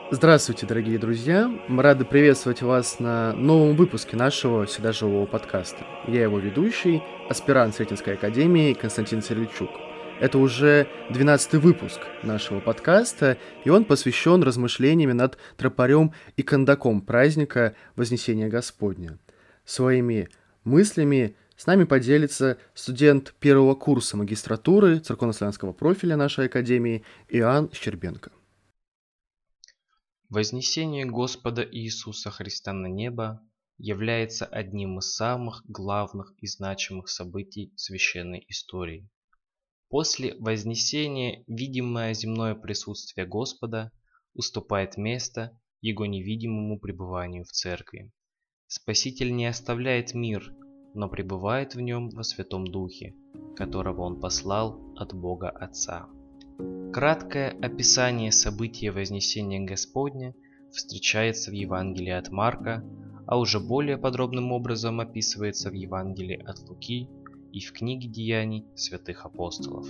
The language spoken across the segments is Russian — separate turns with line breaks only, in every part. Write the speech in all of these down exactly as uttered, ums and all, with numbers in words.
Здравствуйте, дорогие друзья! Мы рады приветствовать вас на новом выпуске нашего всегда живого подкаста. Я его ведущий, аспирант Сретенской академии Константин Серличук. Это уже двенадцатый выпуск нашего подкаста, и он посвящен размышлениями над тропарем и кондаком праздника Вознесения Господня. Своими мыслями с нами поделится студент первого курса магистратуры церковно-славянского профиля нашей академии Иоанн Щербенко.
Вознесение Господа Иисуса Христа на небо является одним из самых главных и значимых событий священной истории. После Вознесения видимое земное присутствие Господа уступает место Его невидимому пребыванию в Церкви. Спаситель не оставляет мир, но пребывает в нем во Святом Духе, которого Он послал от Бога Отца. Краткое описание события Вознесения Господня встречается в Евангелии от Марка, а уже более подробным образом описывается в Евангелии от Луки и в книге Деяний святых апостолов.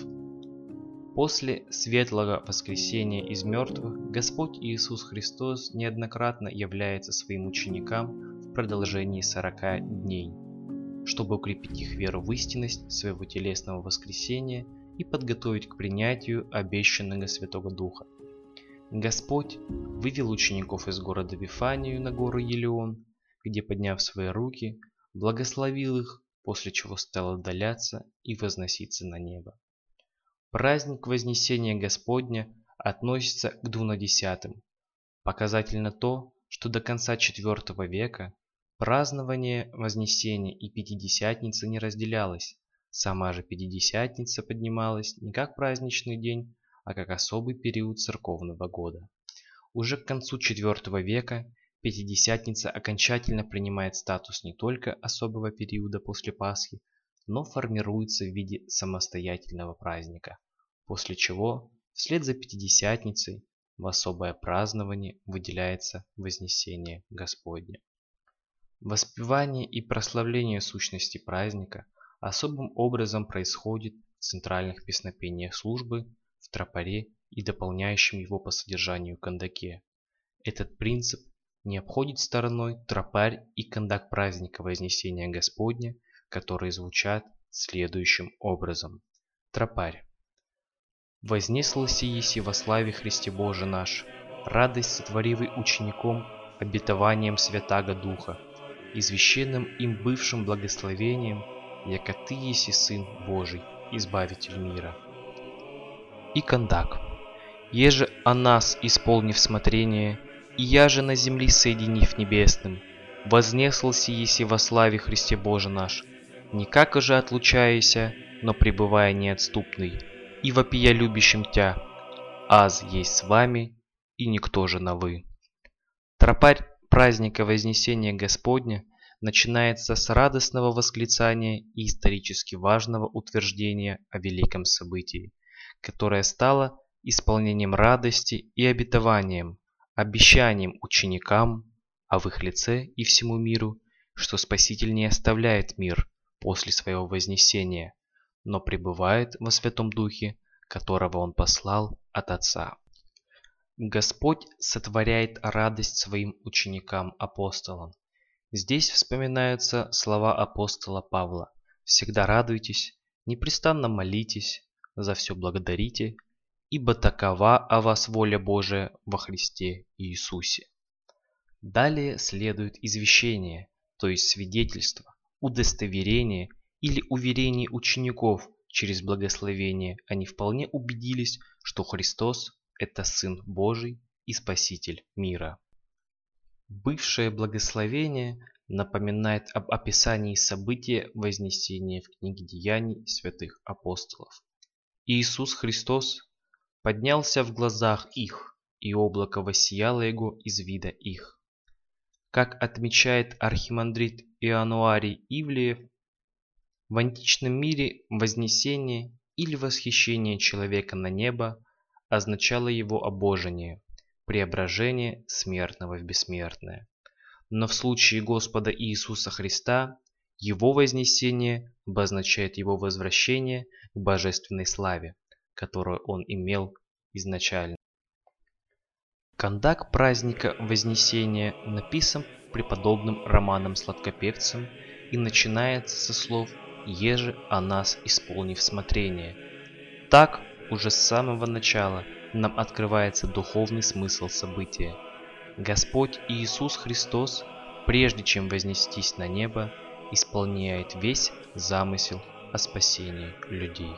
После светлого воскресения из мертвых Господь Иисус Христос неоднократно является своим ученикам в продолжении сорока дней, чтобы укрепить их веру в истинность своего телесного воскресения и подготовить к принятию обещанного Святого Духа. Господь вывел учеников из города Вифанию на гору Елеон, где, подняв свои руки, благословил их, после чего стал отдаляться и возноситься на небо. Праздник Вознесения Господня относится к двунадесятым. Показательно то, что до конца четвёртого века празднование Вознесения и Пятидесятницы не разделялось. Сама же Пятидесятница поднималась не как праздничный день, а как особый период церковного года. Уже к концу четвёртого века Пятидесятница окончательно принимает статус не только особого периода после Пасхи, но формируется в виде самостоятельного праздника, после чего вслед за Пятидесятницей в особое празднование выделяется Вознесение Господне. Воспевание и прославление сущности праздника особым образом происходит в центральных песнопениях службы, в тропаре и дополняющем его по содержанию кондаке. Этот принцип не обходит стороной тропарь и кондак праздника Вознесения Господня, которые звучат следующим образом. Тропарь. «Вознеслся еси во славе Христе Боже наш, радость сотворивый учеником обетованием Святаго Духа, извещенным им бывшим благословением, яко Ты еси Сын Божий, Избавитель мира». И кондак. «Еже о нас, исполнив смотрение, и я же на земли соединив небесным, вознеслся еси во славе Христе Боже наш, не как же отлучаяся, но пребывая неотступный, и вопия любящим Тя, аз есть с вами, и никто же на вы». Тропарь праздника Вознесения Господня начинается с радостного восклицания и исторически важного утверждения о великом событии, которое стало исполнением радости и обетованием, обещанием ученикам, а в их лице и всему миру, что Спаситель не оставляет мир после своего вознесения, но пребывает во Святом Духе, которого Он послал от Отца. Господь сотворяет радость своим ученикам-апостолам. Здесь вспоминаются слова апостола Павла: «Всегда радуйтесь, непрестанно молитесь, за все благодарите, ибо такова о вас воля Божия во Христе Иисусе». Далее следует извещение, то есть свидетельство, удостоверение или уверение учеников. Через благословение они вполне убедились, что Христос – это Сын Божий и Спаситель мира. Бывшее благословение напоминает об описании события Вознесения в книге Деяний святых апостолов. Иисус Христос поднялся в глазах их, и облако воссияло Его из вида их. Как отмечает архимандрит Иоаннуарий Ивлеев, в античном мире вознесение или восхищение человека на небо означало его обожение, преображение смертного в бессмертное. Но в случае Господа Иисуса Христа Его вознесение обозначает Его возвращение к божественной славе, которую Он имел изначально. Кондак праздника Вознесения написан преподобным Романом Сладкопевцем и начинается со слов «Еже о нас исполнив смотрение». Так, уже с самого начала нам открывается духовный смысл события. Господь Иисус Христос, прежде чем вознестись на небо, исполняет весь замысел о спасении людей.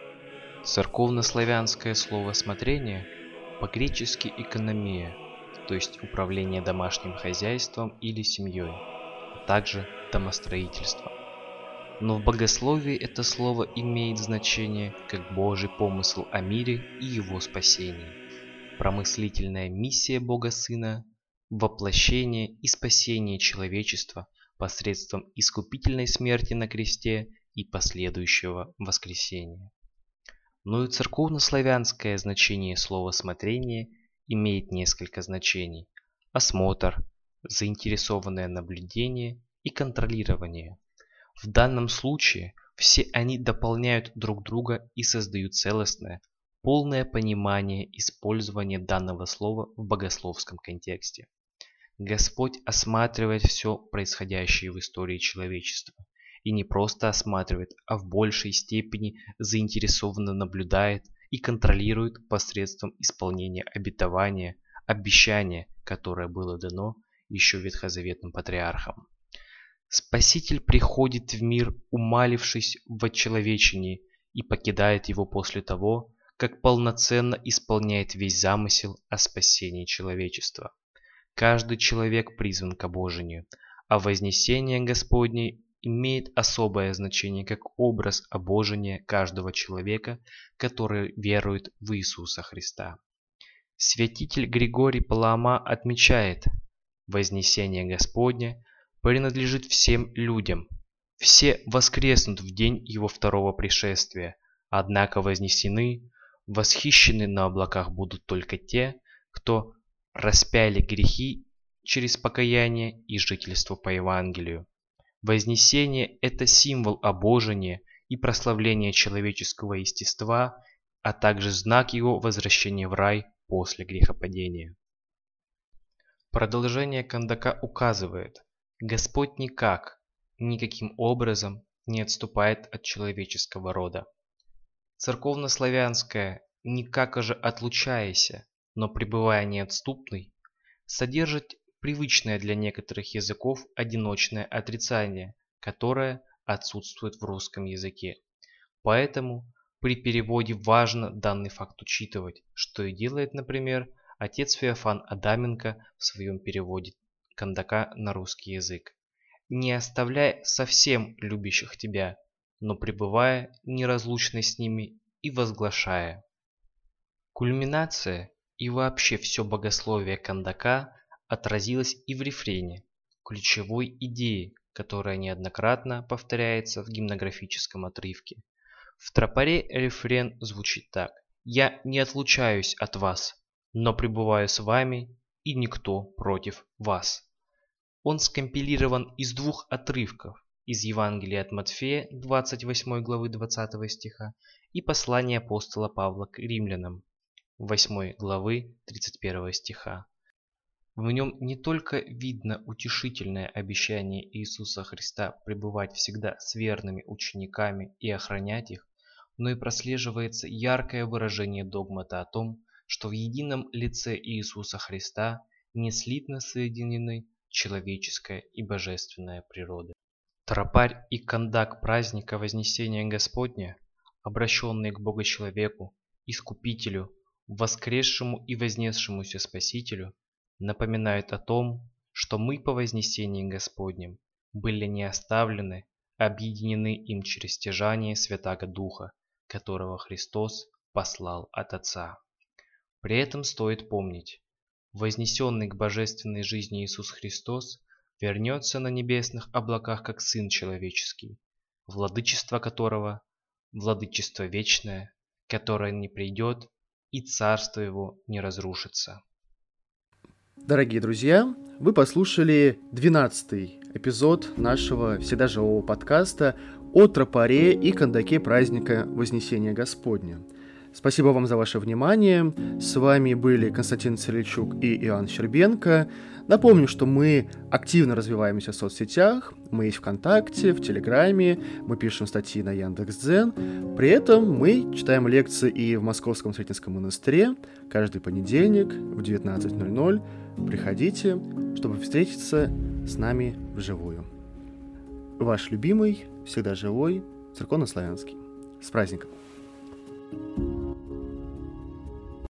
Церковнославянское слово «смотрение» по-гречески «экономия», то есть управление домашним хозяйством или семьей, а также домостроительство. Но в богословии это слово имеет значение как Божий помысл о мире и его спасении. Промыслительная миссия Бога Сына – воплощение и спасение человечества посредством искупительной смерти на кресте и последующего воскресения. Но и церковнославянское значение слова «смотрение» имеет несколько значений – осмотр, заинтересованное наблюдение и контролирование. В данном случае все они дополняют друг друга и создают целостное, полное понимание использования данного слова в богословском контексте. Господь осматривает все происходящее в истории человечества. И не просто осматривает, а в большей степени заинтересованно наблюдает и контролирует посредством исполнения обетования, обещания, которое было дано еще ветхозаветным патриархам. Спаситель приходит в мир, умалившись в отчеловечении, и покидает его после того, как полноценно исполняет весь замысел о спасении человечества. Каждый человек призван к обожению, а вознесение Господне имеет особое значение как образ обожения каждого человека, который верует в Иисуса Христа. Святитель Григорий Палама отмечает: «Вознесение Господне принадлежит всем людям. Все воскреснут в день Его второго пришествия, однако вознесены, восхищены на облаках будут только те, кто распяли грехи через покаяние и жительство по Евангелию». Вознесение – это символ обожения и прославления человеческого естества, а также знак его возвращения в рай после грехопадения. Продолжение Кондака указывает: Господь никак, никаким образом не отступает от человеческого рода. Церковнославянское «никак же отлучаяся, но пребывая неотступный» содержит привычное для некоторых языков одиночное отрицание, которое отсутствует в русском языке. Поэтому при переводе важно данный факт учитывать, что и делает, например, отец Феофан Адаменко в своем переводе Кондака на русский язык. «Не оставляй совсем любящих тебя, но пребывая неразлучной с ними и возглашая». Кульминация и вообще все богословие Кондака отразилось и в рефрене, ключевой идеи, которая неоднократно повторяется в гимнографическом отрывке. В тропаре рефрен звучит так: «Я не отлучаюсь от вас, но пребываю с вами, и никто против вас». Он скомпилирован из двух отрывков: из Евангелия от Матфея двадцать восьмой главы двадцатого стиха и послания апостола Павла к римлянам восьмой главы тридцать первого стиха. В нем не только видно утешительное обещание Иисуса Христа пребывать всегда с верными учениками и охранять их, но и прослеживается яркое выражение догмата о том, что в едином лице Иисуса Христа неслитно соединены человеческая и божественная природа. Тропарь и кондак праздника Вознесения Господня, обращенные к Богочеловеку, Искупителю, воскресшему и вознесшемуся Спасителю, напоминают о том, что мы по Вознесении Господнем были не оставлены, а объединены им через стяжание Святаго Духа, которого Христос послал от Отца. При этом стоит помнить: вознесенный к божественной жизни Иисус Христос вернется на небесных облаках как Сын Человеческий, владычество которого – владычество вечное, которое не придет, и царство его не разрушится.
Дорогие друзья, вы послушали двенадцатый эпизод нашего всегда живого подкаста о тропаре и кондаке праздника Вознесения Господня. Спасибо вам за ваше внимание. С вами были Константин Царильчук и Иоанн Щербенко. Напомню, что мы активно развиваемся в соцсетях. Мы есть ВКонтакте, в Телеграме, мы пишем статьи на Яндекс.Дзен. При этом мы читаем лекции и в Московском Сретенском монастыре каждый понедельник в девятнадцать ноль ноль. Приходите, чтобы встретиться с нами вживую. Ваш любимый, всегда живой, церковнославянский. С праздником!